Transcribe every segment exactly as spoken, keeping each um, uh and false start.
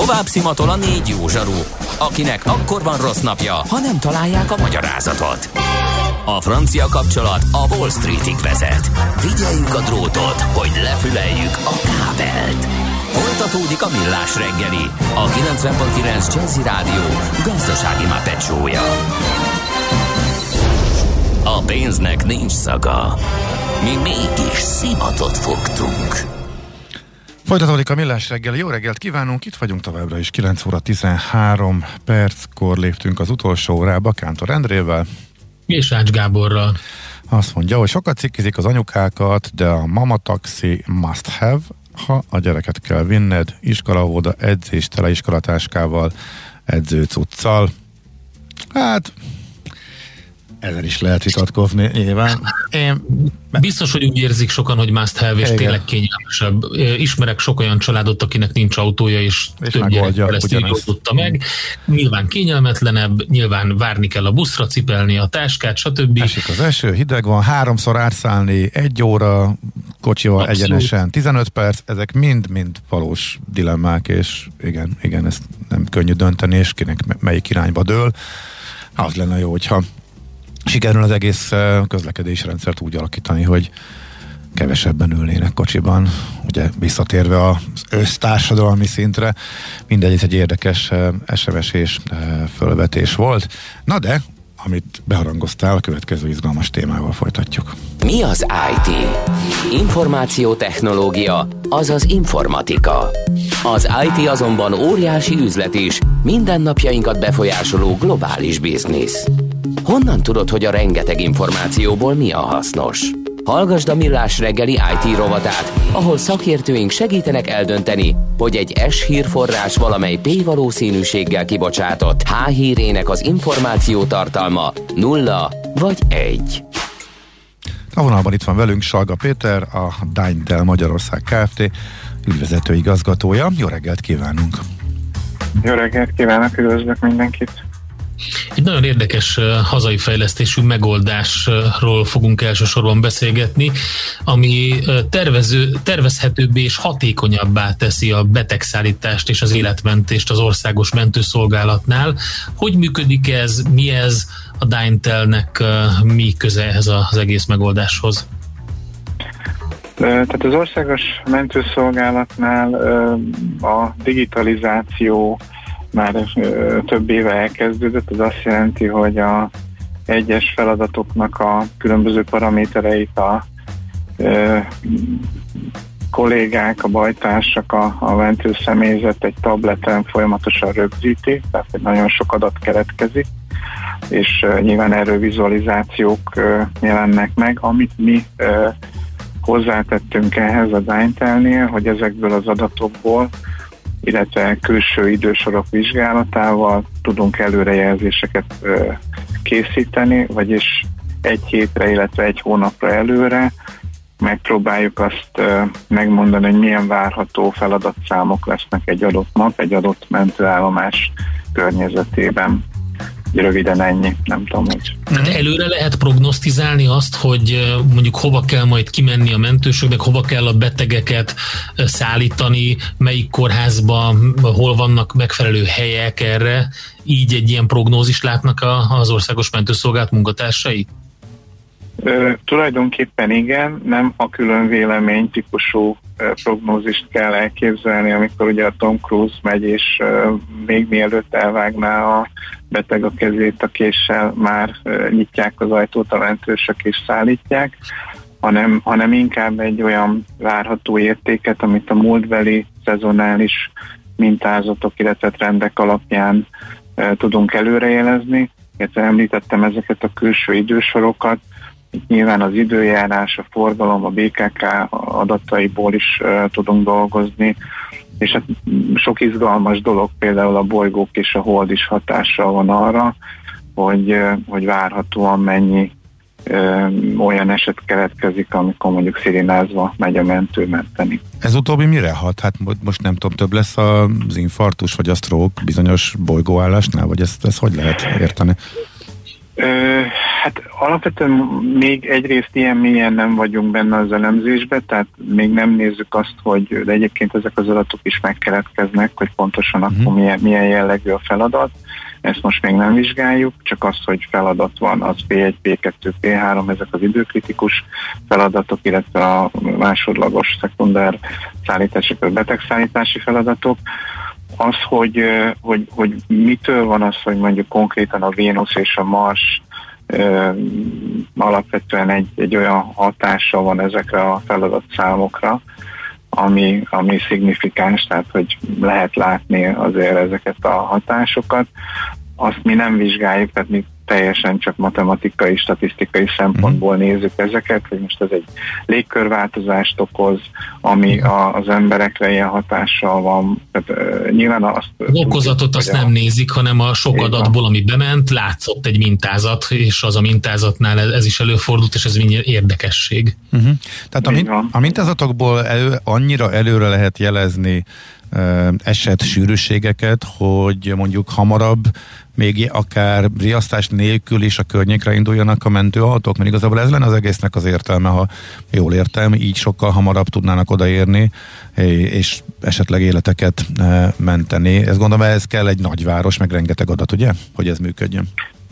Tovább szimatol a négy jó zsaru, akinek akkor van rossz napja, ha nem találják a magyarázatot. A francia kapcsolat a Wall Streetig vezet. Figyeljük a drótot, hogy lefüleljük a kábelt. Folytatódik a Millás reggeli, a kilencven pont kilenc Jazzy Rádió gazdasági mápecsója. A pénznek nincs szaga. Mi mégis szimatot fogtunk. Folytatódik a Millás reggeli. Jó reggelt kívánunk, itt vagyunk továbbra is. kilenc óra tizenhárom perckor léptünk az utolsó órába Kántor Endrével. És Ács Gáborral. Azt mondja, hogy sokat cikkizik az anyukákat, de a mama taxi must have, ha a gyereket kell vinned, iskolaóvoda, edzés, tele iskolatáskával, edzőcuccal. Hát ezzel is lehet vitatkozni, nyilván. Én... Biztos, hogy úgy érzik sokan, hogy must have, és igen, tényleg kényelmesebb. Ismerek sok olyan családot, akinek nincs autója, és, és több gyerekkel ezt így oldotta meg. Nyilván kényelmetlenebb, nyilván várni kell a buszra, cipelni a táskát, stb. Esik az eső, hideg van, háromszor átszállni, egy óra kocsival abszolút egyenesen, tizenöt perc, ezek mind-mind valós dilemmák, és igen, igen, ezt nem könnyű dönteni, és kinek melyik irányba dől. Az lenne jó, hogyha sikerül az egész közlekedési rendszert úgy alakítani, hogy kevesebben ülnének kocsiban, ugye visszatérve az össztársadalmi szintre. Mindegy, egy érdekes es em es és fölvetés volt. Na de, amit beharangoztál, a következő izgalmas témával folytatjuk. Mi az i té? Információtechnológia, azaz informatika. Az i té azonban óriási üzlet is, mindennapjainkat befolyásoló globális biznisz. Honnan tudod, hogy a rengeteg információból mi a hasznos? Hallgasd a Millás reggeli i té rovatát, ahol szakértőink segítenek eldönteni, hogy egy S-hírforrás valamely P-valószínűséggel kibocsátott H-hírének az információ tartalma nulla vagy egy. A vonalban itt van velünk Salga Péter, a Dyntel Magyarország Kft. Ügyvezető igazgatója. Jó reggelt kívánunk! Jó reggelt kívánok, üdvözlök mindenkit! Egy nagyon érdekes uh, hazai fejlesztésű megoldásról fogunk elsősorban beszélgetni, ami uh, tervező, tervezhetőbbé és hatékonyabbá teszi a betegszállítást és az életmentést az országos mentőszolgálatnál. Hogy működik ez, mi ez, a Dyntelnek uh, mi köze ehhez az egész megoldáshoz? Tehát az országos mentőszolgálatnál uh, a digitalizáció már ö, több éve elkezdődött, ez azt jelenti, hogy a egyes feladatoknak a különböző paramétereit a ö, kollégák, a bajtársak, a, a mentőszemélyzet egy tableten folyamatosan rögzíti, tehát nagyon sok adat keletkezik, és ö, nyilván erről vizualizációk ö, jelennek meg, amit mi ö, hozzátettünk ehhez a Dyntelnél, hogy ezekből az adatokból, illetve külső idősorok vizsgálatával tudunk előrejelzéseket ö, készíteni, vagyis egy hétre, illetve egy hónapra előre megpróbáljuk azt ö, megmondani, hogy milyen várható feladatszámok lesznek egy adott nap, egy adott mentőállomás környezetében. Röviden ennyi, nem tudom, hogy... Tehát előre lehet prognosztizálni azt, hogy mondjuk hova kell majd kimenni a mentősöknek, hova kell a betegeket szállítani, melyik kórházban, hol vannak megfelelő helyek erre, így egy ilyen prognózist látnak az országos mentőszolgálat munkatársai? Ö, tulajdonképpen igen, nem a külön vélemény típusú ö, prognózist kell elképzelni, amikor ugye a Tom Cruise megy, és ö, még mielőtt elvágná a beteg a kezét a késsel, már ö, nyitják az ajtót a mentősök és szállítják, hanem, hanem inkább egy olyan várható értéket, amit a múltbeli szezonális mintázatok, illetve trendek alapján ö, tudunk előrejelezni. Illetve említettem ezeket a külső idősorokat. Itt nyilván az időjárás, a forgalom, a bé ká ká adataiból is uh, tudunk dolgozni, és hát sok izgalmas dolog, például a bolygók és a hold is hatással van arra, hogy, uh, hogy várhatóan mennyi uh, olyan eset keletkezik, amikor mondjuk szirénázva megy a mentő menteni. Ez utóbbi mire hat? Hát most nem tudom, több lesz az infarktus vagy a stroke bizonyos bolygóállásnál, vagy ezt, ezt hogy lehet érteni? Uh, Hát alapvetően még egyrészt ilyen mélyen nem vagyunk benne az elemzésbe, tehát még nem nézzük azt, hogy de egyébként ezek az adatok is megkeletkeznek, hogy pontosan uh-huh. akkor milyen, milyen jellegű a feladat. Ezt most még nem vizsgáljuk, csak az, hogy feladat van, az pé egy, pé kettő, pé három, ezek az időkritikus feladatok, illetve a másodlagos, szekunder szállítási, betegszállítási feladatok. Az, hogy, hogy, hogy mitől van az, hogy mondjuk konkrétan a Vénusz és a Mars ö, alapvetően egy, egy olyan hatása van ezekre a feladatszámokra, ami, ami szignifikáns, tehát hogy lehet látni azért ezeket a hatásokat. Azt mi nem vizsgáljuk, tehát mi teljesen csak matematikai, statisztikai szempontból nézzük ezeket, hogy most ez egy légkörváltozást okoz, ami a, az emberekre ilyen hatással van. Tehát, uh, nyilván azt... Az okozatot azt nem a... nézik, hanem a sok adatból, ami bement, látszott egy mintázat, és az a mintázatnál ez, ez is előfordult, és ez mindjárt érdekesség. Uh-huh. Tehát a, min- a mintázatokból elő, annyira előre lehet jelezni uh, eset sűrűségeket, hogy mondjuk hamarabb még akár riasztás nélkül is a környékre induljanak a mentőautók, mert igazából ez lenne az egésznek az értelme, ha jól értem, így sokkal hamarabb tudnának odaérni, és esetleg életeket menteni. Ezt gondolom, ez kell egy nagyváros, meg rengeteg adat, ugye? Hogy ez működjön.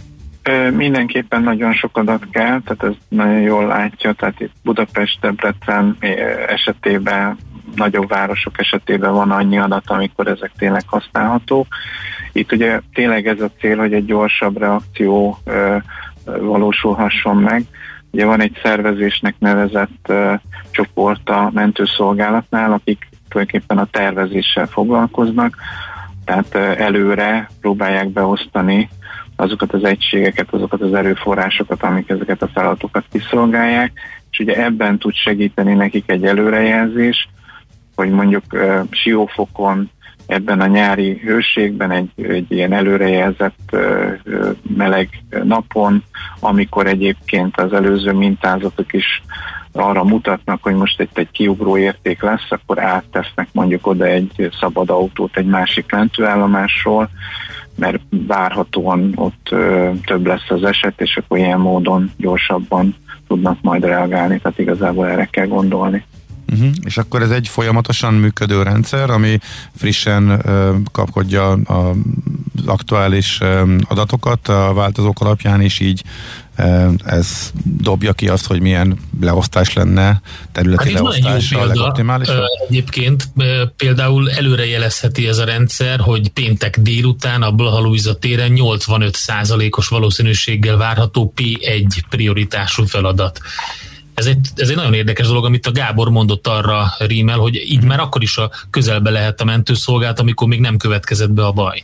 Mindenképpen nagyon sok adat kell, tehát ez nagyon jól látja, tehát itt Budapest, Debrecen esetében, nagyobb városok esetében van annyi adat, amikor ezek tényleg használhatók. Itt ugye tényleg ez a cél, hogy egy gyorsabb reakció ö, valósulhasson meg. Ugye van egy szervezésnek nevezett ö, csoport a mentőszolgálatnál, akik tulajdonképpen a tervezéssel foglalkoznak, tehát ö, előre próbálják beosztani azokat az egységeket, azokat az erőforrásokat, amik ezeket a feladatokat kiszolgálják, és ugye ebben tud segíteni nekik egy előrejelzés, hogy mondjuk uh, Siófokon ebben a nyári hőségben egy, egy ilyen előrejelzett uh, meleg napon, amikor egyébként az előző mintázatok is arra mutatnak, hogy most itt egy kiugró érték lesz, akkor áttesznek mondjuk oda egy szabad autót egy másik mentőállomásról, mert várhatóan ott ö, több lesz az eset, és akkor ilyen módon gyorsabban tudnak majd reagálni, tehát igazából erre kell gondolni. Uh-huh. És akkor ez egy folyamatosan működő rendszer, ami frissen ö, kapkodja az aktuális ö, adatokat a változók alapján is, így ö, ez dobja ki azt, hogy milyen leosztás lenne, területi hát leosztás a legoptimálisabb? Egyébként például előrejelezheti ez a rendszer, hogy péntek délután a Blaha-Lujza téren nyolcvanöt százalékos valószínűséggel várható pé egy prioritású feladat. Ez egy, ez egy nagyon érdekes dolog, amit a Gábor mondott, arra rímel, hogy így már akkor is a közelbe lehet a mentőszolgálat, amikor még nem következett be a baj.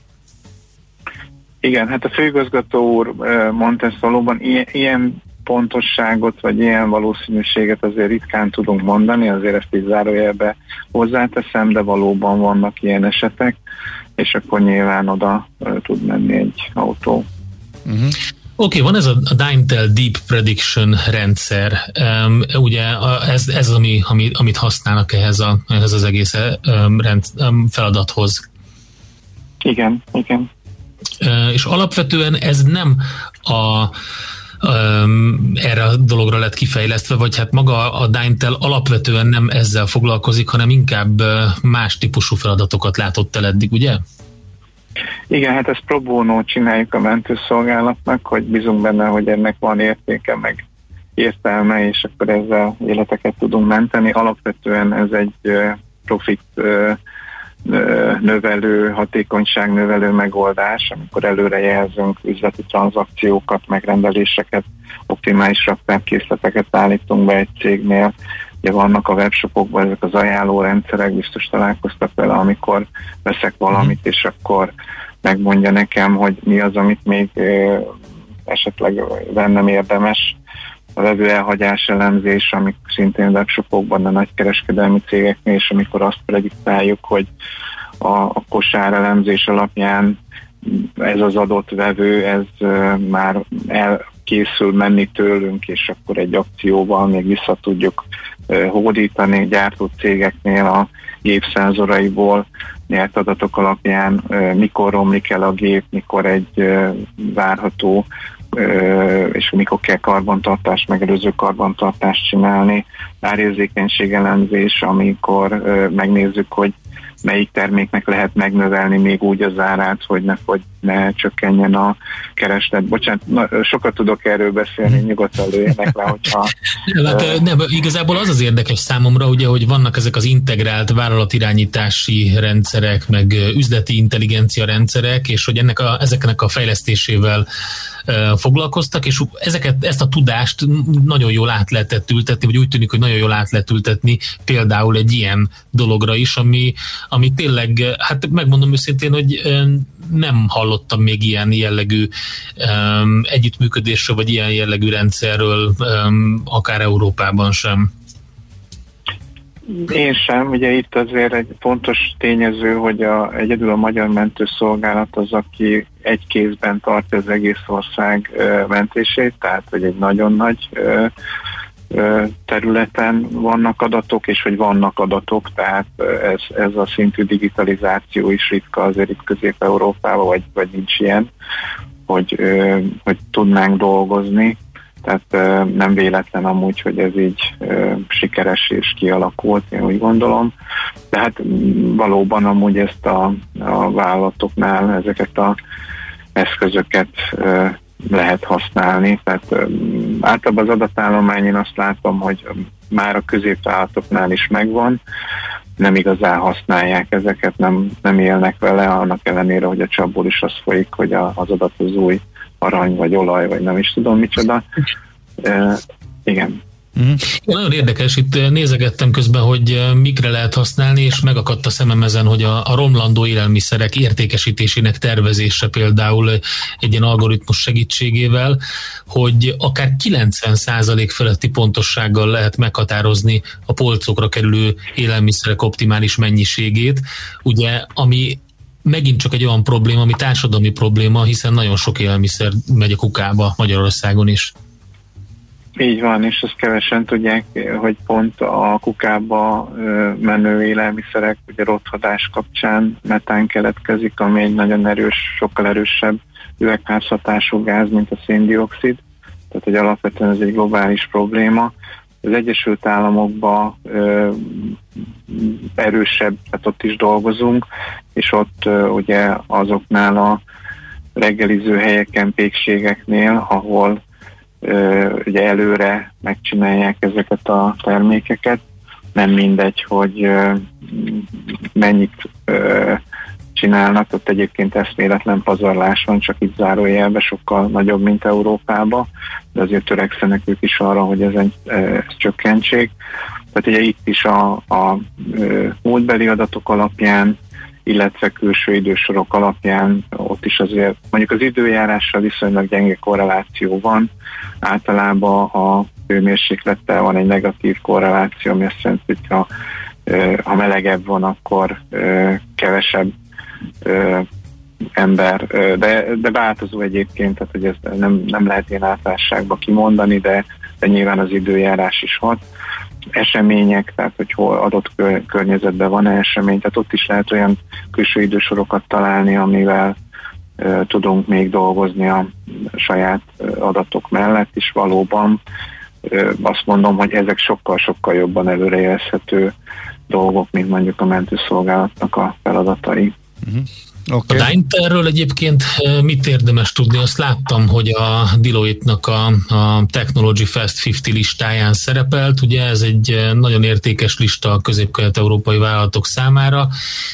Igen, hát a főigazgató úr mondta ezt valóban, ilyen, ilyen pontosságot, vagy ilyen valószínűséget azért ritkán tudunk mondani, azért ezt így zárójelbe hozzáteszem, de valóban vannak ilyen esetek, és akkor nyilván oda tud menni egy autó. Uh-huh. Oké, okay, van ez a, a Dynetel Deep Prediction rendszer, um, ugye ez, ez ami, ami, amit használnak ehhez, a, ehhez az egész um, rend, um, feladathoz. Igen, igen. Uh, és alapvetően ez nem a um, erre a dologra lett kifejlesztve, vagy hát maga a Dynetel alapvetően nem ezzel foglalkozik, hanem inkább uh, más típusú feladatokat látott el eddig, ugye? Igen, hát ezt pro bono csináljuk a mentőszolgálatnak, hogy bízunk benne, hogy ennek van értéke, meg értelme, és akkor ezzel életeket tudunk menteni. Alapvetően ez egy profit növelő, hatékonyság növelő megoldás, amikor előre jelzünk üzleti tranzakciókat, megrendeléseket, optimális raktárkészleteket állítunk be egy cégnél. Ugye vannak a webshopokban ezek az ajánlórendszerek, biztos találkoztak vele, amikor veszek valamit, és akkor megmondja nekem, hogy mi az, amit még ö, esetleg vennem érdemes. A vevő elhagyás elemzés, amik szintén webshopokban, a nagykereskedelmi cégeknél, és amikor azt prediktáljuk, hogy a, a kosár elemzés alapján ez az adott vevő, ez ö, már elkészül menni tőlünk, és akkor egy akcióval még vissza tudjuk ö, hódítani gyártó cégeknél a gépszenzoraiból nyert adatok alapján mikor romlik el a gép, mikor egy várható, és mikor kell karbantartást, megelőző karbantartást csinálni, árérzékenység elemzés, amikor megnézzük, hogy melyik terméknek lehet megnövelni még úgy az árát, hogy ne, hogy ne csökkenjen a kereslet. Bocsánat, na, sokat tudok erről beszélni, nyugodtan lőjenek le, hogyha... Nem, hát, nem, igazából az az érdekes számomra, ugye, hogy vannak ezek az integrált vállalatirányítási rendszerek, meg üzleti intelligencia rendszerek, és hogy ennek a, ezeknek a fejlesztésével foglalkoztak, és ezeket, ezt a tudást nagyon jól át lehetett ültetni, vagy úgy tűnik, hogy nagyon jól át lehet ültetni például egy ilyen dologra is, ami, ami tényleg, hát megmondom őszintén, hogy nem hallottam még ilyen jellegű um, együttműködésről, vagy ilyen jellegű rendszerről, um, akár Európában sem. Én sem, ugye itt azért egy fontos tényező, hogy a, egyedül a Magyar Mentőszolgálat az, aki egy kézben tartja az egész ország ö, mentését, tehát hogy egy nagyon nagy ö, ö, területen vannak adatok, és hogy vannak adatok, tehát ez, ez a szintű digitalizáció is ritka azért itt Közép-Európában, vagy, vagy nincs ilyen, hogy, ö, hogy tudnánk dolgozni. Tehát nem véletlen amúgy, hogy ez így sikeres és kialakult, én úgy gondolom. De hát valóban amúgy ezt a, a vállalatoknál ezeket az eszközöket lehet használni. Tehát általában az adatállomány én azt látom, hogy már a középvállalatoknál is megvan, nem igazán használják ezeket, nem, nem élnek vele, annak ellenére, hogy a csapból is az folyik, hogy a, az adat az új arany, vagy olaj, vagy nem is tudom micsoda. Uh, igen. Mm. Nagyon érdekes, itt nézegettem közben, hogy mikre lehet használni, és megakadt a szemem ezen, hogy a, a romlandó élelmiszerek értékesítésének tervezése például egy ilyen algoritmus segítségével, hogy akár kilencven százalék feletti pontossággal lehet meghatározni a polcokra kerülő élelmiszerek optimális mennyiségét, ugye, ami megint csak egy olyan probléma, ami társadalmi probléma, hiszen nagyon sok élelmiszer megy a kukába Magyarországon is. Így van, és ezt kevesen tudják, hogy pont a kukába menő élelmiszerek, ugye rothadás kapcsán metán keletkezik, ami egy nagyon erős, sokkal erősebb üvegházhatású gáz, mint a széndioxid. Tehát, hogy alapvetően ez egy globális probléma. Az Egyesült Államokban ö, erősebb, tehát ott is dolgozunk, és ott ö, ugye azoknál a reggeliző helyeken, pékségeknél, ahol ö, ugye előre megcsinálják ezeket a termékeket, nem mindegy, hogy ö, mennyit ö, csinálnak, ott egyébként eszméletlen pazarlás van, csak itt zárójelben sokkal nagyobb, mint Európában, de azért törekszenek ők is arra, hogy ez, egy, ez csökkentsék. Tehát ugye itt is a, a múltbeli adatok alapján, illetve külső idősorok alapján ott is azért mondjuk az időjárással viszonylag gyenge korreláció van. Általában a hőmérséklettel van egy negatív korreláció, ami azt jelenti, hogy ha, ha melegebb van, akkor kevesebb Ö, ember, ö, de, de változó egyébként, tehát hogy ezt nem, nem lehet ilyen általánosságban kimondani, de, de nyilván az időjárás is hat. Események, tehát hogy hol adott kör, környezetben van-e esemény, tehát ott is lehet olyan külső idősorokat találni, amivel ö, tudunk még dolgozni a saját adatok mellett is valóban. Ö, azt mondom, hogy ezek sokkal-sokkal jobban előrejelzhető dolgok, mint mondjuk a mentőszolgálatnak a feladatai. Uh-huh. Okay. A Dynterről egyébként mit érdemes tudni? Azt láttam, hogy a Deloitte-nak a, a Technology Fast ötven listáján szerepelt. Ugye ez egy nagyon értékes lista a közép-kelet-európai vállalatok számára.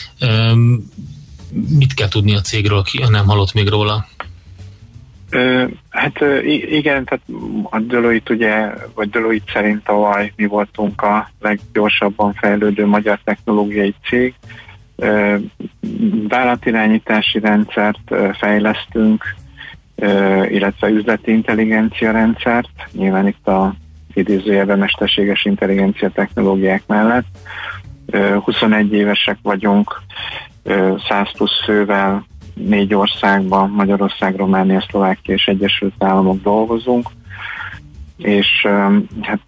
Mit kell tudni a cégről, ki nem hallott még róla? Ö, hát igen, tehát a Deloitte ugye, vagy Deloitte szerint tavaly mi voltunk a leggyorsabban fejlődő magyar technológiai cég. Vállalatirányítási rendszert fejlesztünk, illetve üzleti intelligencia rendszert, nyilván itt a idézőjelben mesterséges intelligencia technológiák mellett. huszonegy évesek vagyunk, száz plusz fővel négy országban, Magyarország, Románia, Szlovákia és Egyesült Államok dolgozunk, és hát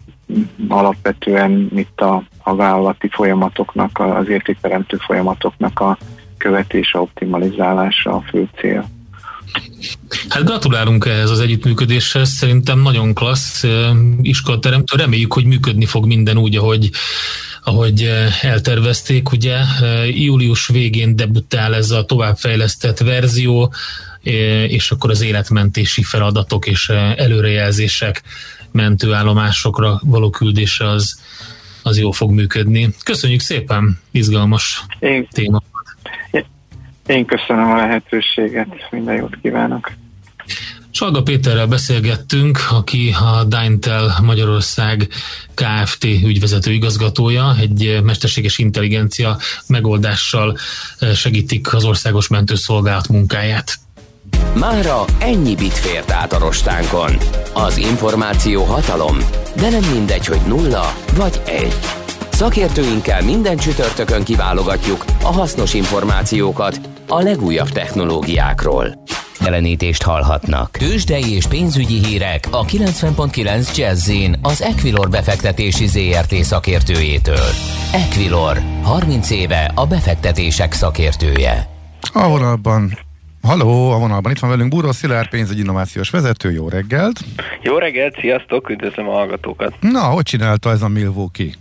alapvetően itt a, a vállalati folyamatoknak, az értékteremtő folyamatoknak a követése, optimalizálása a fő cél. Hát gratulálunk ehhez az együttműködéshez, szerintem nagyon klassz iskolateremtő, reméljük, hogy működni fog minden úgy, ahogy, ahogy eltervezték, ugye július végén debütál ez a továbbfejlesztett verzió, és akkor az életmentési feladatok és előrejelzések mentőállomásokra való küldése az, az jól fog működni. Köszönjük szépen, izgalmas Én... téma. Én köszönöm a lehetőséget, minden jót kívánok. Salga Péterrel beszélgettünk, aki a Dynetel Magyarország Kft. Ügyvezető igazgatója, egy mesterséges intelligencia megoldással segítik az országos mentőszolgálat munkáját. Mára ennyi bit fért át a rostánkon. Az információ hatalom, de nem mindegy, hogy nulla vagy egy. Szakértőinkkel minden csütörtökön kiválogatjuk a hasznos információkat a legújabb technológiákról. Jelenítést hallhatnak. Tőzsdei és pénzügyi hírek a kilencven pont kilenc Jazz-in az Equilor befektetési zé er té szakértőjétől. Equilor, harminc éve a befektetések szakértője. A vonalban, halló, a vonalban itt van velünk Búró Szilárd, pénzügyi innovációs vezető, jó reggelt! Jó reggelt, sziasztok, üdvözlöm a hallgatókat! Na, hogy csinálta ez a Milwaukee?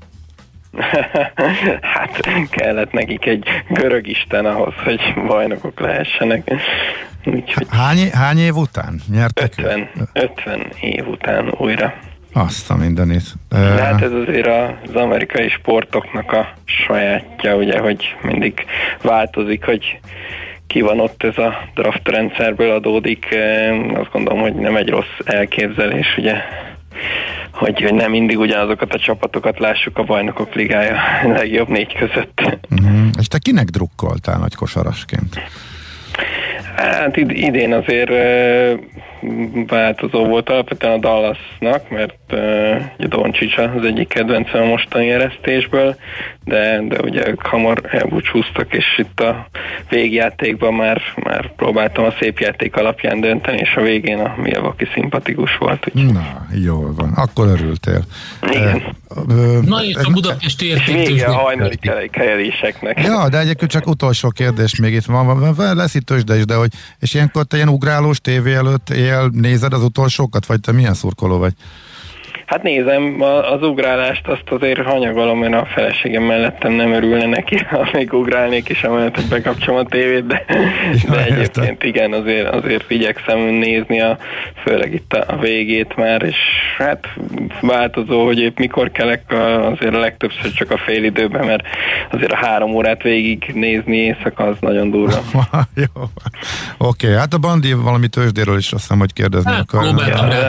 Hát kellett nekik egy görög isten ahhoz, hogy bajnokok lehessenek. Úgyhogy hány, hány év után nyertek? ötven év után újra. Azt a mindenit. De hát ez azért az amerikai sportoknak a sajátja, ugye, hogy mindig változik, hogy ki van ott, ez a draft rendszerből adódik. Azt gondolom, hogy nem egy rossz elképzelés, ugye, hogy, hogy nem mindig ugyanazokat a csapatokat lássuk a Bajnokok Ligája legjobb négy között. Uh-huh. És te kinek drukkoltál nagy kosarasként? Hát id- idén azért uh, változó volt alapvetően a Dallasnak, mert uh, Doncic az egyik kedvencem a mostani eresztésből, de, de ugye ők hamar elbúcsúztak, és itt a végjátékban már, már próbáltam a szép játék alapján dönteni, és a végén a Milwaukee szimpatikus volt. Úgy. Na, jól van. Akkor örültél. Igen. Uh, Na és a budapesti értéktőzsdék. Vége a hajnali kereléseknek. Ja, de egyébként csak utolsó kérdés még itt van. Lesz itt tőzsde is, de hogy, és ilyenkor te ilyen ugrálós tévé előtt éjjel nézed az utolsókat, vagy te milyen szurkoló vagy? Hát nézem, az ugrálást azt azért hanyagolom, mert a feleségem mellettem nem örülne neki, ha még ugrálnék, és amellett, hogy bekapcsolom a tévét, de, ja, de egyébként igen, azért, azért igyekszem nézni, a, főleg itt a, a végét már, és hát változó, hogy épp mikor kelek, azért a legtöbbször csak a fél időben, mert azért a három órát végig nézni éjszaka az nagyon durva. Jó, oké, okay, hát a Bandi valami tőzsdéről is azt hiszem, hogy kérdezni hát, akar. Próbáltam rá,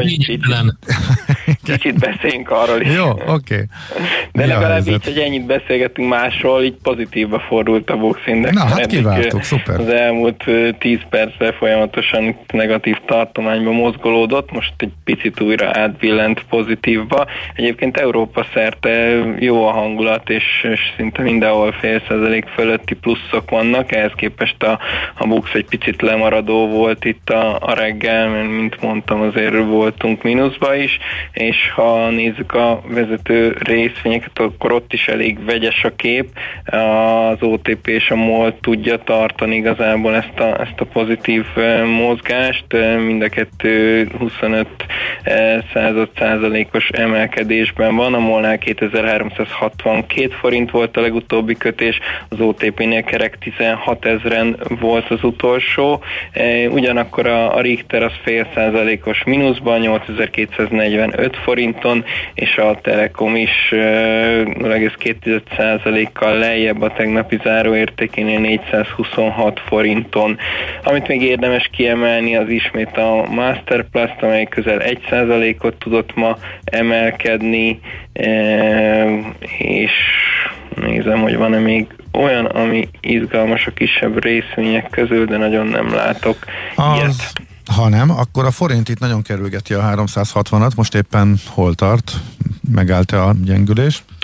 kicsit beszéljünk arról is. Jó, oké. Okay. De legalább így, hogy ennyit beszélgetünk másról, így pozitívba fordult a Bux Index. Na, hát kiváltuk, szuper. Az elmúlt tíz percben folyamatosan negatív tartományba mozgolódott, most egy picit újra átbillent pozitívba. Egyébként Európa szerte jó a hangulat, és, és szinte mindenhol fél százalék fölötti pluszok vannak, ehhez képest a, a Bux egy picit lemaradó volt itt a, a reggel, mert mint mondtam, azért voltunk mínuszba is, és ha nézzük a vezető részvényeket, akkor ott is elég vegyes a kép. Az o té pé és a MOL tudja tartani igazából ezt a, ezt a pozitív mozgást. Mind a kettő huszonöt század százalékos emelkedésben van. A MOL-nál kétezer-háromszázhatvankét forint volt a legutóbbi kötés, az o té pénél kerek tizenhat ezren volt az utolsó. Ugyanakkor a, a Richter az fél százalékos mínuszban, nyolcezer-kétszáznegyvenöt forinton, és a Telekom is nulla egész két százalékkal lejjebb a tegnapi záróértékénél négyszázhuszonhat forinton. Amit még érdemes kiemelni, az ismét a Masterplast, amely közel egy százalékot tudott ma emelkedni, és nézem, hogy van-e még olyan, ami izgalmas a kisebb részvények közül, de nagyon nem látok az... ilyet. Ha nem, akkor a forint itt nagyon kerülgeti a háromszázhatvanat, most éppen hol tart? Megállt-e a gyengülés?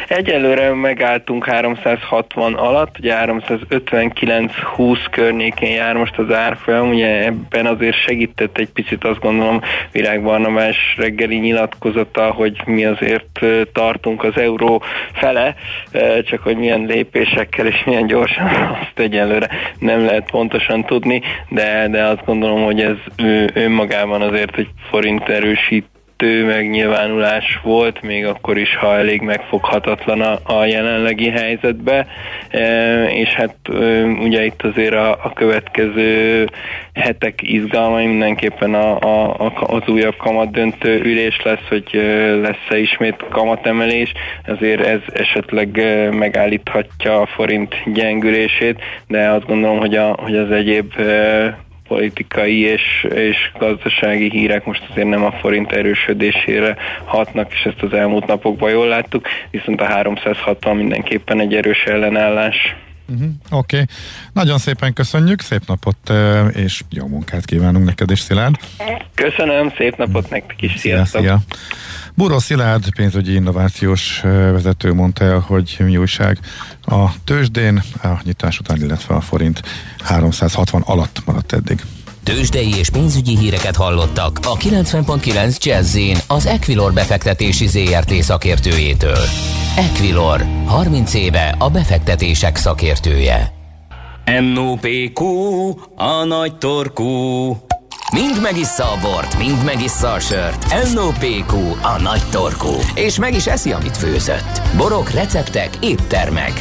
Egyelőre megálltunk háromszázhatvan alatt, ugye háromszázötvenkilenc húsz környékén jár most az árfolyam, ugye ebben azért segített egy picit, azt gondolom, Virág Barnabás reggeli nyilatkozata, hogy mi azért tartunk az euró fele, csak hogy milyen lépésekkel és milyen gyorsan, azt egyelőre nem lehet pontosan tudni, de, de azt gondolom, hogy ez önmagában azért egy forint erősít megnyilvánulás volt, még akkor is, ha elég megfoghatatlan a, a jelenlegi helyzetbe, e, és hát e, ugye itt azért a, a következő hetek izgalmai mindenképpen a, a, az újabb kamatdöntő ülés lesz, hogy lesz-e ismét kamatemelés, azért ez esetleg megállíthatja a forint gyengülését, de azt gondolom, hogy, a, hogy az egyéb politikai és, és gazdasági hírek most azért nem a forint erősödésére hatnak, és ezt az elmúlt napokban jól láttuk, viszont a háromszázhatvan mindenképpen egy erős ellenállás. Uh-huh, Oké. Okay. Nagyon szépen köszönjük, szép napot és jó munkát kívánunk neked is, Szilárd. Köszönöm, szép napot nektek is, sziasztok! Szia, szia. Búró Szilárd, pénzügyi innovációs vezető mondta el, hogy mi újság a tőzsdén, a nyitás után, illetve a forint háromszázhatvan alatt maradt eddig. Tőzsdei és pénzügyi híreket hallottak a kilencven pont kilenc Jazz-in az Equilor befektetési zé er té szakértőjétől. Equilor, harminc éve a befektetések szakértője. em o pé kú, a nagy torkú. Mind megissza a bort, mind megissza a sört. em o pé kú, a nagy torkú. És meg is eszi, amit főzött. Borok, receptek, éttermek.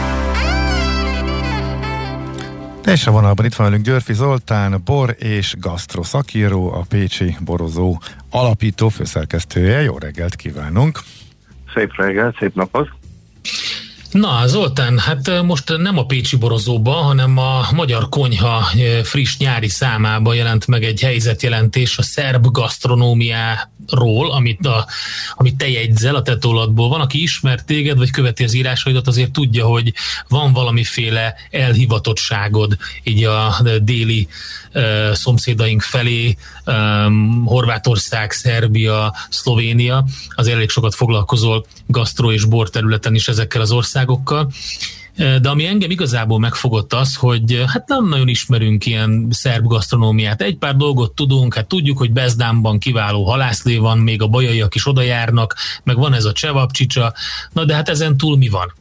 És a vonalban itt van velünk Györfi Zoltán, bor és gasztro szakíró, a Pécsi Borozó alapító főszerkesztője. Jó reggelt kívánunk! Szép reggelt, szép napot! Na, Zoltán, hát most nem a Pécsi Borozóban, hanem a Magyar Konyha friss nyári számában jelent meg egy helyzetjelentés a szerb gasztronómiáról, amit, a, amit te jegyzel, a te tolladból. Van, aki ismer téged, vagy követi az írásaidat, azért tudja, hogy van valamiféle elhivatottságod így a déli uh, szomszédaink felé, um, Horvátország, Szerbia, Szlovénia, azért elég sokat foglalkozol gasztro és bor területen is ezekkel az országokkal. De ami engem igazából megfogott az, hogy hát nem nagyon ismerünk ilyen szerb gasztronómiát. Egy pár dolgot tudunk, hát tudjuk, hogy Bezdánban kiváló halászlé van, még a bajaiak is oda járnak, meg van ez a csevapcsicsa, na de hát ezen túl mi van?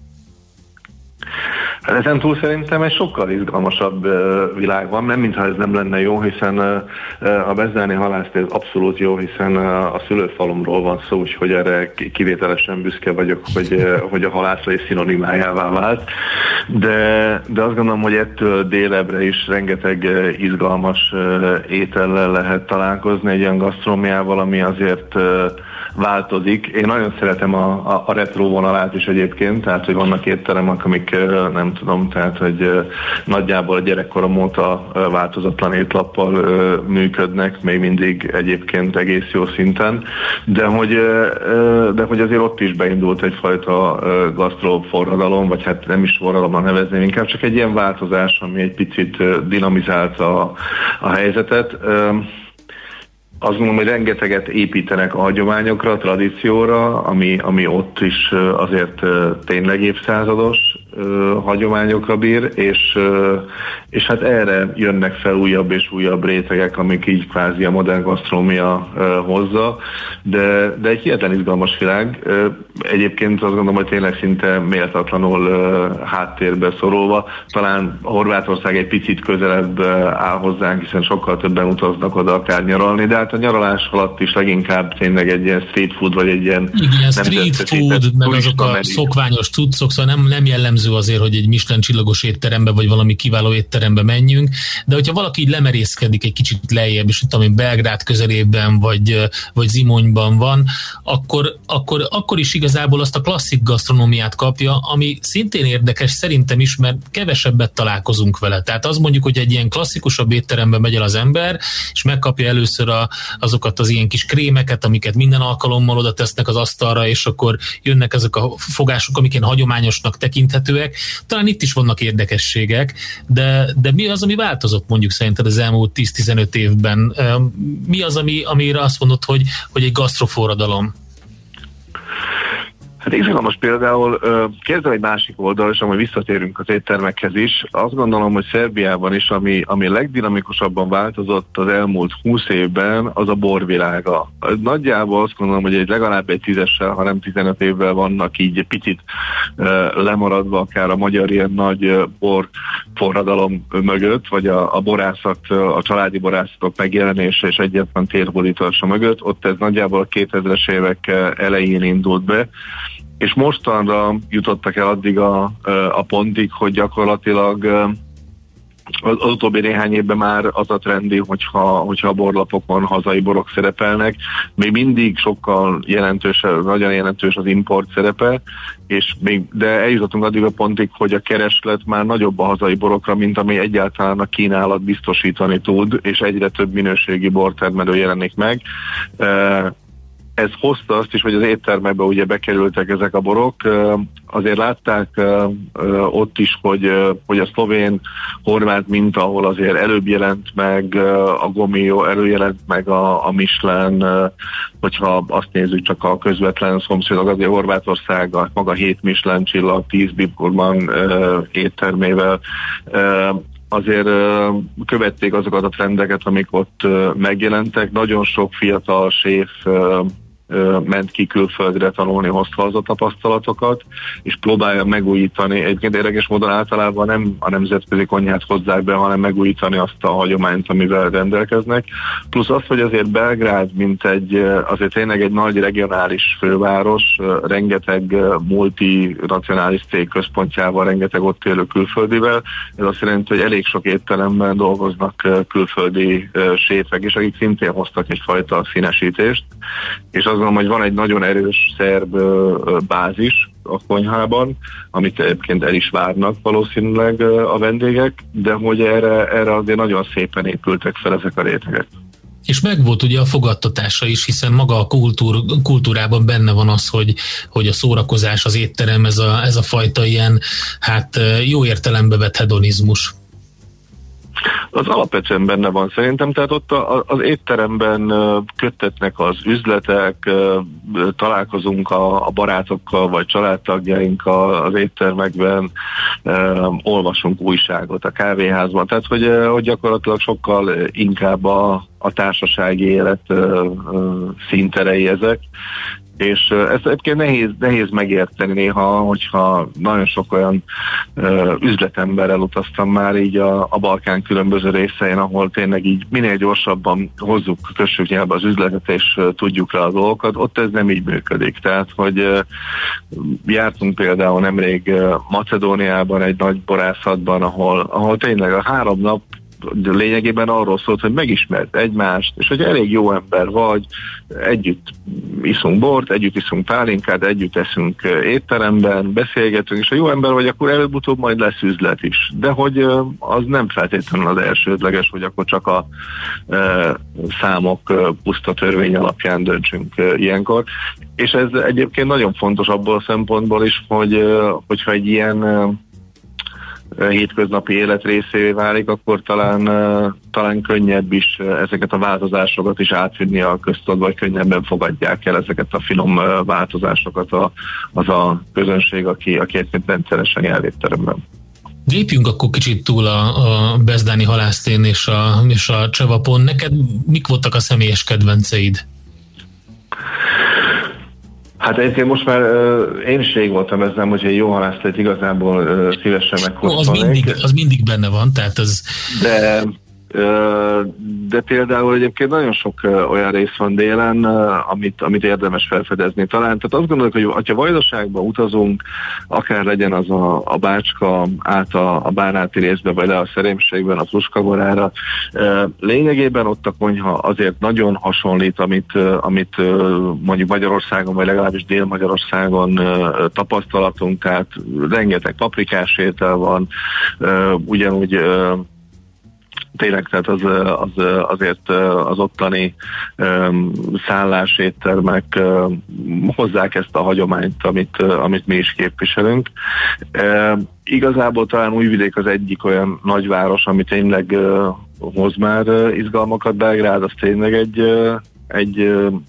Hát ezen túl szerintem egy sokkal izgalmasabb világ van, nem mintha ez nem lenne jó, hiszen a bezdáni halászlé abszolút jó, hiszen a szülőfalumról van szó, úgyhogy erre kivételesen büszke vagyok, hogy, hogy a halászlé szinonimájává vált. De, de azt gondolom, hogy ettől délebre is rengeteg izgalmas étellel lehet találkozni, egy olyan gasztronómiával, ami azért változik. Én nagyon szeretem a, a, a retro vonalát is egyébként, tehát hogy vannak éttermek, amik nem tudom, tehát hogy nagyjából a gyerekkorom óta változatlan étlappal működnek, még mindig egyébként egész jó szinten, de hogy, de hogy azért ott is beindult egyfajta gasztroforradalom, vagy hát nem is forradalommal nevezném, inkább csak egy ilyen változás, ami egy picit dinamizálta a, a helyzetet. Azt gondolom, hogy rengeteget építenek a hagyományokra, a tradícióra, ami, ami ott is azért tényleg évszázados hagyományokra bír, és, és hát erre jönnek fel újabb és újabb rétegek, amik így kvázi a modern gasztronómia hozza, de, de egy hihetetlen izgalmas világ. Egyébként azt gondolom, hogy tényleg szinte méltatlanul háttérbe szorulva. Talán Horvátország egy picit közelebb áll hozzánk, hiszen sokkal többen utaznak oda akár nyaralni, de hát a nyaralás alatt is leginkább tényleg egy ilyen street food, vagy egy ilyen... Igen, street food, meg azok a szokványos cuccok, szóval nem, nem jellemző azért, hogy egy Michelin csillagos étterembe, vagy valami kiváló étterembe menjünk, de hogyha valaki így lemerészkedik egy kicsit lejjebb, és tudom én, Belgrád közelében, vagy, vagy Zimonyban van, akkor, akkor, akkor is igazából azt a klasszik gasztronómiát kapja, ami szintén érdekes szerintem is, mert kevesebbet találkozunk vele. Tehát az mondjuk, hogy egy ilyen klasszikusabb étterembe megy el az ember, és megkapja először a, azokat az ilyen kis krémeket, amiket minden alkalommal oda tesznek az asztalra, és akkor jönnek ezek a fogások, amik ilyen hagyományosnak tekinthetőek. Talán itt is vannak érdekességek, de, de mi az, ami változott mondjuk szerinted az elmúlt tíz-tizenöt évben? Mi az, ami, amire azt mondod, hogy, hogy egy gasztroforradalom? Hát izgalmas például, kérdem egy másik oldal, és amúgy visszatérünk az éttermekhez is. Azt gondolom, hogy Szerbiában is, ami, ami legdinamikusabban változott az elmúlt húsz évben, az a borvilága. Nagyjából azt gondolom, hogy egy legalább egy tízessel, ha nem tizenöt évvel vannak így egy picit lemaradva akár a magyar ilyen nagy bor forradalom mögött, vagy a, a borászat, a családi borászatok megjelenése és egyetlen térhódítása mögött. Ott ez nagyjából a kétezres évek elején indult be, és mostanra jutottak el addig a, a pontig, hogy gyakorlatilag az, az utóbbi néhány évben már az a trendi, hogyha, hogyha a borlapokon hazai borok szerepelnek, még mindig sokkal jelentős, nagyon jelentős az import szerepe, és még, de eljutottunk addig a pontig, hogy a kereslet már nagyobb a hazai borokra, mint ami egyáltalán a kínálat biztosítani tud, és egyre több minőségi bortermelő jelenik meg. Ez hozta azt is, hogy az éttermekbe ugye bekerültek ezek a borok. Azért látták ott is, hogy, hogy a szlovén, horvát minta, ahol azért előbb jelent meg a Gomio, előjelent meg a, a Michelin, hogyha azt nézzük csak a közvetlen szomszédok, azért Horvátország, maga hét Michelin csillag, tíz Bibgurman éttermével, azért uh, követték azokat a trendeket, amik ott uh, megjelentek. Nagyon sok fiatal séf uh, uh, ment ki külföldre tanulni, hozta az a tapasztalatokat, és próbálja megújítani. Egyébként érdekes módon általában nem a nemzetközi konyhát hozzák be, hanem megújítani azt a hagyományt, amivel rendelkeznek. Plusz az, hogy azért Belgrád, mint egy, azért tényleg egy nagy regionális főváros, rengeteg multinacionális cég központjával, rengeteg ott élő külföldivel. Ez azt jelenti, hogy elég sok étteremben dolgoznak külföldi séfek, és akik szintén hoztak egyfajta színesítést. És azt gondolom, hogy van egy nagyon erős szerb bázis a konyhában, amit egyébként el is várnak valószínűleg a vendégek, de hogy erre, erre azért nagyon szépen épültek fel ezek a rétegek. És megvolt ugye a fogadtatása is, hiszen maga a kultúr, kultúrában benne van az, hogy, hogy a szórakozás, az étterem, ez a, ez a fajta ilyen, hát jó értelembe vett hedonizmus. Az alapvetően benne van szerintem, tehát ott a, az étteremben köttetnek az üzletek, találkozunk a, a barátokkal vagy családtagjainkkal az éttermekben, olvasunk újságot a kávéházban, tehát hogy, hogy gyakorlatilag sokkal inkább a, a társasági élet színterei ezek. És ezt egyébként nehéz, nehéz megérteni néha, hogyha nagyon sok olyan uh, üzletemberrel utaztam már így a, a Balkán különböző részein, ahol tényleg így minél gyorsabban hozzuk, kössük nyelbe az üzletet, és uh, tudjuk rá a dolgokat, ott ez nem így működik. Tehát, hogy uh, jártunk például nemrég uh, Macedóniában egy nagy borászatban, ahol, ahol tényleg a három nap lényegében arról szólt, hogy megismert egymást, és hogy elég jó ember vagy, együtt iszunk bort, együtt iszunk pálinkát, együtt eszünk étteremben, beszélgetünk, és ha jó ember vagy, akkor előbb-utóbb majd lesz üzlet is. De hogy az nem feltétlenül az elsődleges, hogy akkor csak a e, számok puszta törvény alapján döntsünk ilyenkor. És ez egyébként nagyon fontos abból a szempontból is, hogy hogyha egy ilyen hétköznapi élet részévé válik, akkor talán, talán könnyebb is ezeket a változásokat is átvinni a köztudotba, vagy könnyebben fogadják el ezeket a finom változásokat a, az a közönség, aki, aki egyébként rendszeresen jár étteremben. Lépjünk akkor kicsit túl a, a Bezdáni halásztén és a, és a Csevapon. Neked mik voltak a személyes kedvenceid? Hát egyébként most már uh, én is rég voltam ezzel, hogy egy jó halásztét igazából uh, szívesen megkóstolnék. Az mindig, az mindig benne van, tehát ez... De, uh, de például egyébként nagyon sok uh, olyan rész van délen, uh, amit, amit érdemes felfedezni talán. Tehát azt gondolok, hogy ha Vajdaságba utazunk, akár legyen az a, a Bácska át a, a Bánáti részbe, vagy le a Szerémségben, a Truskaborára, uh, lényegében ott a konyha azért nagyon hasonlít, amit, uh, amit uh, mondjuk Magyarországon, vagy legalábbis Dél-Magyarországon uh, tapasztalatunk, tehát rengeteg paprikás étel van, uh, ugyanúgy uh, tényleg, tehát az, az, azért az ottani um, szálláséttermek um, hozzák ezt a hagyományt, amit, amit mi is képviselünk. Um, igazából talán Újvidék az egyik olyan nagyváros, ami tényleg uh, hoz már uh, izgalmakat. Belgrád az tényleg egy, uh, egy uh,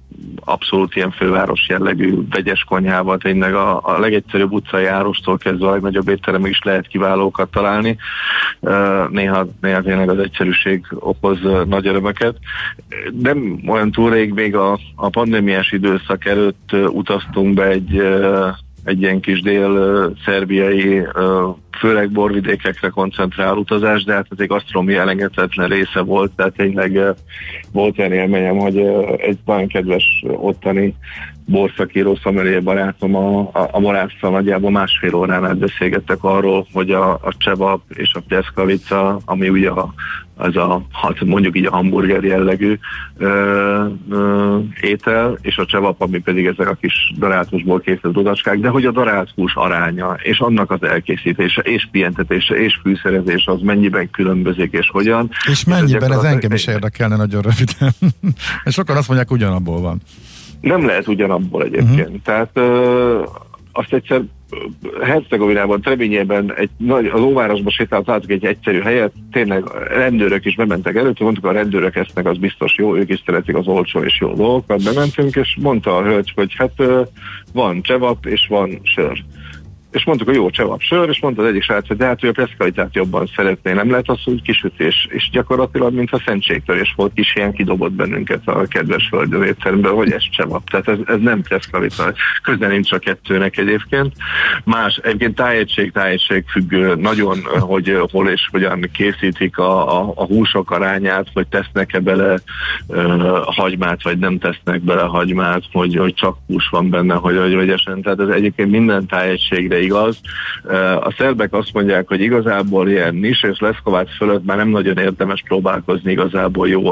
abszolút ilyen főváros jellegű vegyes konyhával, tényleg a, a legegyszerűbb utcai árustól kezdve a legnagyobb étteremig is lehet kiválókat találni. Néha, néha tényleg az egyszerűség okoz nagy örömöket. Nem olyan túl rég, még a, a pandémiás időszak előtt utaztunk be egy, egy ilyen kis dél-szerbiai, főleg borvidékekre koncentrál utazás, de hát ez egy gasztronómia elengedhetetlen része volt, tehát tényleg volt olyan élményem, hogy egy nagyon kedves ottani borszakíró szomelier barátom a, a, a Morásszal nagyjából másfél órán át beszélgettek arról, hogy a, a csevap és a pljeskavica, ami ugye a, az a, hát mondjuk így a hamburger jellegű ö, ö, étel, és a csevap, ami pedig ezek a kis darált húsból készült rudacskák, de hogy a darált hús aránya, és annak az elkészítése, és pihentetése, és fűszerezése, az mennyiben különbözik, és hogyan. És mennyiben, ez engem is érdekelne nagyon röviden. És sokan azt mondják, ugyanabból van. Nem lehet ugyanabból egyébként. Uh-huh. Tehát ö, azt egyszer Hercegovinában, Trebinjében egy nagy, az óvárosba sétáltunk egy egyszerű helyet, tényleg rendőrök is bementek előtt, mondtuk, a rendőrök esznek, az biztos jó, ők is szeretik az olcsó és jó dolgokat, bementünk, és mondta a hölgy, hogy hát van csevap és van sör. És mondtuk, hogy jó csevap sör, és mondta az egyik srác, hogy de hát ő a pljeskavicsát jobban szeretné, nem lehet az, hogy kisütés. És gyakorlatilag, mintha szentségtörés volt, kis ilyen kidobott bennünket a kedves földön étteremből, hogy ez csevap. Tehát ez, ez nem pljeskavica. Közel nincs a kettőnek egyébként. Más, egyébként tájegység, tájegység függő nagyon, hogy hol és hogyan készítik a, a, a húsok arányát, hogy tesznek-e bele uh, hagymát, vagy nem tesznek bele hagymát, hogy, hogy csak hús van benne, hogy, hogy vegyesen. Tehát ez egyébként minden tájegységre igaz. A szerbek azt mondják, hogy igazából ilyen nis és leszkovác fölött már nem nagyon érdemes próbálkozni, igazából jó,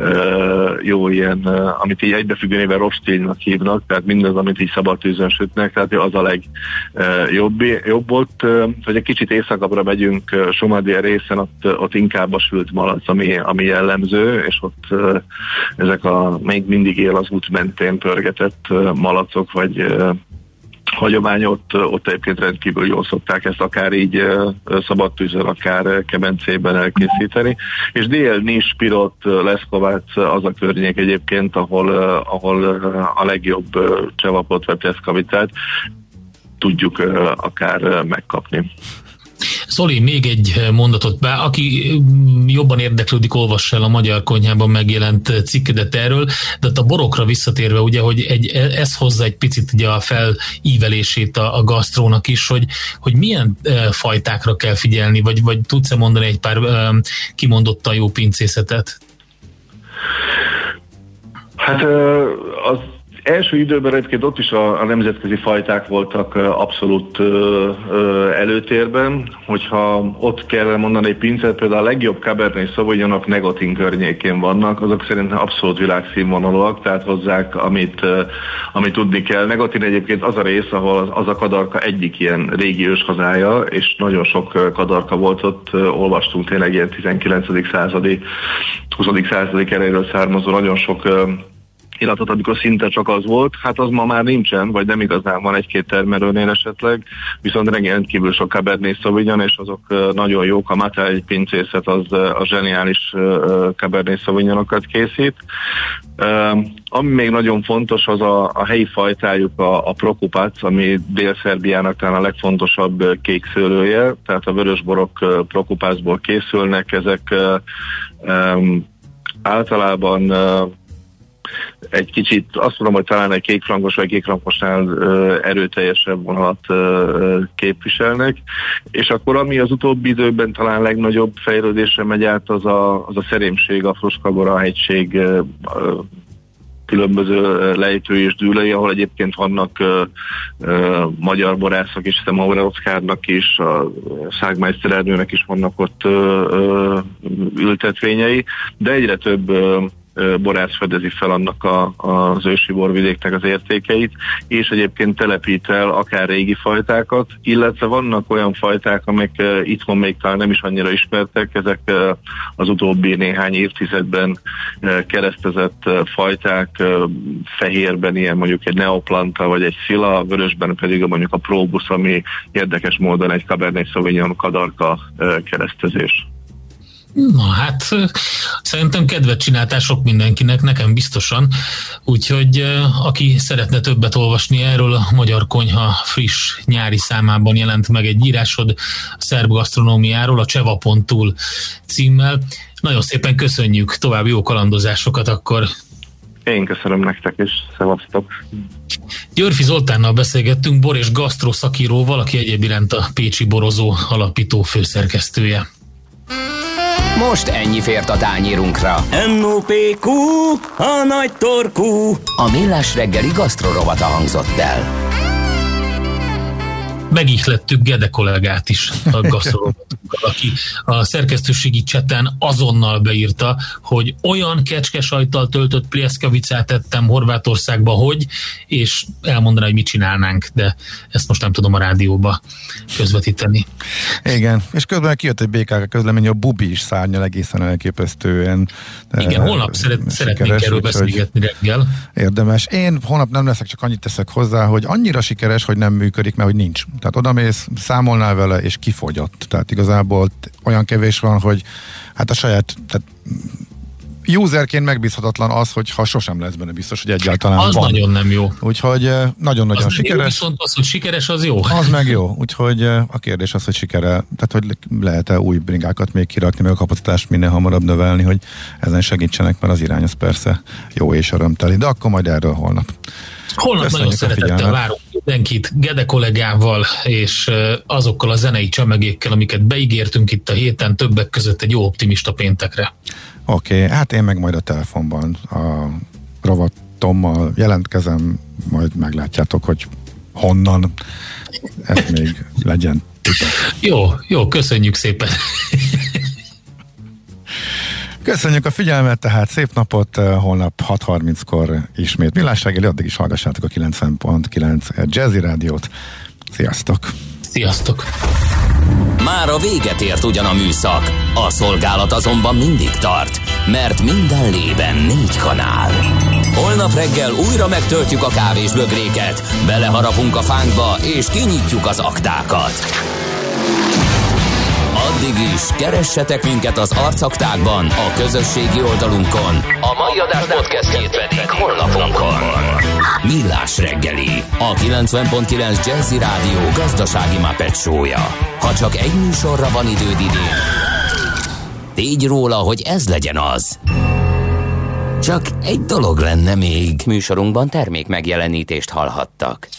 jó ilyen, amit így egybefüggőnével rostilnak hívnak, tehát mindaz, amit így szabad tűzön sütnek, tehát az a legjobb jobb ott, hogy egy kicsit északabbra megyünk Somadia részen, ott, ott inkább a sült malac, ami, ami jellemző, és ott ezek a még mindig él az út mentén pörgetett malacok, vagy hagyomány, ott, ott egyébként rendkívül jól szokták ezt akár így szabad tűzön, akár kemencében elkészíteni. És dél, nis, pirot, leszkovác az a környék egyébként, ahol, ahol a legjobb csevapot vagy pljeskavicát tudjuk akár megkapni. Zoli, még egy mondatot, bár aki jobban érdeklődik, olvassa el a Magyar Konyhában megjelent cikkedet erről, de a borokra visszatérve, ugye, hogy egy, ez hozza egy picit ugye a felívelését a, a gasztrónak is, hogy, hogy milyen e, fajtákra kell figyelni, vagy, vagy tudsz-e mondani egy pár e, kimondottan jó pincészetet? Hát az első időben egyébként ott is a, a nemzetközi fajták voltak abszolút ö, ö, előtérben, hogyha ott kell mondani egy pincet, például a legjobb Cabernet Sauvignonok Negotin környékén vannak, azok szerintem abszolút világszínvonalúak, tehát hozzák, amit, ö, amit tudni kell. Negotin egyébként az a rész, ahol az a kadarka egyik ilyen régi őshazája, és nagyon sok kadarka volt ott, ö, olvastunk tényleg ilyen tizenkilencedik századi, huszadik századi erejéről származó nagyon sok ö, illatot, amikor szinte csak az volt, hát az ma már nincsen, vagy nem igazán van egy-két termelőnél esetleg, viszont rendkívül sok Cabernet Sauvignon, és azok nagyon jók. A Mata egy pincészet az a zseniális Cabernet Sauvignonokat készít. Ami még nagyon fontos, az a, a helyi fajtájuk, a, a Prokupac, ami Dél-Szerbiának talán a legfontosabb kékszőlője, tehát a vörösborok Prokupacból készülnek, ezek um, általában uh, egy kicsit, azt mondom, hogy talán egy kékfrankos vagy kékfrankosnál uh, erőteljesebb vonalat uh, képviselnek, és akkor ami az utóbbi időben talán legnagyobb fejlődésre megy át, az a, az a szerémség, a Fruskagora hegység uh, uh, különböző lejtő és dűlei, ahol egyébként vannak uh, uh, magyar borászok is, hiszem Aureockárnak is, a Szágmeister erdőnek is vannak ott uh, uh, ültetvényei, de egyre több uh, borász fedezi fel annak a, az ősi borvidéknek az értékeit, és egyébként telepít el akár régi fajtákat, illetve vannak olyan fajták, amik uh, itthon még talán nem is annyira ismertek, ezek uh, az utóbbi néhány évtizedben uh, keresztezett uh, fajták, uh, fehérben ilyen mondjuk egy Neoplanta vagy egy Sila, vörösben pedig mondjuk a Probus, ami érdekes módon egy Cabernet Sauvignon kadarka uh, keresztezés. Na hát, szerintem kedvet csináltál sok mindenkinek, nekem biztosan, úgyhogy aki szeretne többet olvasni erről, a Magyar Konyha friss nyári számában jelent meg egy írásod a szerb gasztronómiáról, a cseva pont hu címmel. Nagyon szépen köszönjük, további jó kalandozásokat akkor. Én köszönöm nektek, és szevasztok. Györfi Zoltánnal beszélgettünk, bor és gasztró szakíróval, aki egyéb iránt a Pécsi Borozó alapító főszerkesztője. Most ennyi fért a tányérunkra. em o pé kú, a nagy torkú. A Millás reggeli gasztrorovata hangzott el. Megihlettük Gede kollégát is a gasztrorovatunkkal, aki a szerkesztőségi cseten azonnal beírta, hogy olyan kecskesajttal töltött pljeszkavicát tettem Horvátországba, hogy, és elmondaná, hogy mit csinálnánk, de ezt most nem tudom a rádióba közvetíteni. Igen, és közben kijött egy bé ká ká közlemény, a Bubi is szárnyal egészen elképesztően. Igen, holnap szeret, szeretnénk erről beszélgetni reggel. Érdemes. Én holnap nem leszek, csak annyit teszek hozzá, hogy annyira sikeres, hogy nem működik, mert hogy nincs. Tehát odamész, számolnál vele, és kifogyott. Tehát igazából olyan kevés van, hogy hát a saját, tehát userként megbízhatatlan az, hogy ha sosem lesz benne biztos, hogy egyáltalán az van. Nagyon nem jó. Úgyhogy nagyon-nagyon az sikeres. Jó, viszont az, hogy sikeres, az jó. Az meg jó. Úgyhogy a kérdés az, hogy sikere, tehát hogy lehet-e új bringákat még kirakni, meg a kapacitást minél hamarabb növelni, hogy ezen segítsenek, mert az irány az persze jó és örömteli. De akkor majd erről holnap. Holnap nagyon szeretettel várunk mindenkit Gede kollégával és azokkal a zenei csemegékkel, amiket beígértünk itt a héten, többek között egy jó optimista péntekre. Oké, okay, hát én meg majd a telefonban a rovatommal jelentkezem, majd meglátjátok, hogy honnan. Ez még legyen titok. Jó, jó, köszönjük szépen. Köszönjük a figyelmet, tehát szép napot, holnap hat harminckor ismét Millás reggeli, addig is hallgassátok a kilencven pont kilenc Jazzy Rádiót. Sziasztok! Sziasztok! Már a véget ért ugyan a műszak, a szolgálat azonban mindig tart, mert minden lében négy kanál. Holnap reggel újra megtöltjük a kávésbögréket, beleharapunk a fánkba és kinyitjuk az aktákat. Addig is keressetek minket az arcaktákban, a közösségi oldalunkon. A mai adás podcastjét pedig honlapunkon. Millás reggeli, a kilencven pont kilenc Jazzy Rádió gazdasági Muppet show-ja. Ha csak egy műsorra van időd idén, tégy róla, hogy ez legyen az. Csak egy dolog lenne még. Műsorunkban termék megjelenítést hallhattak.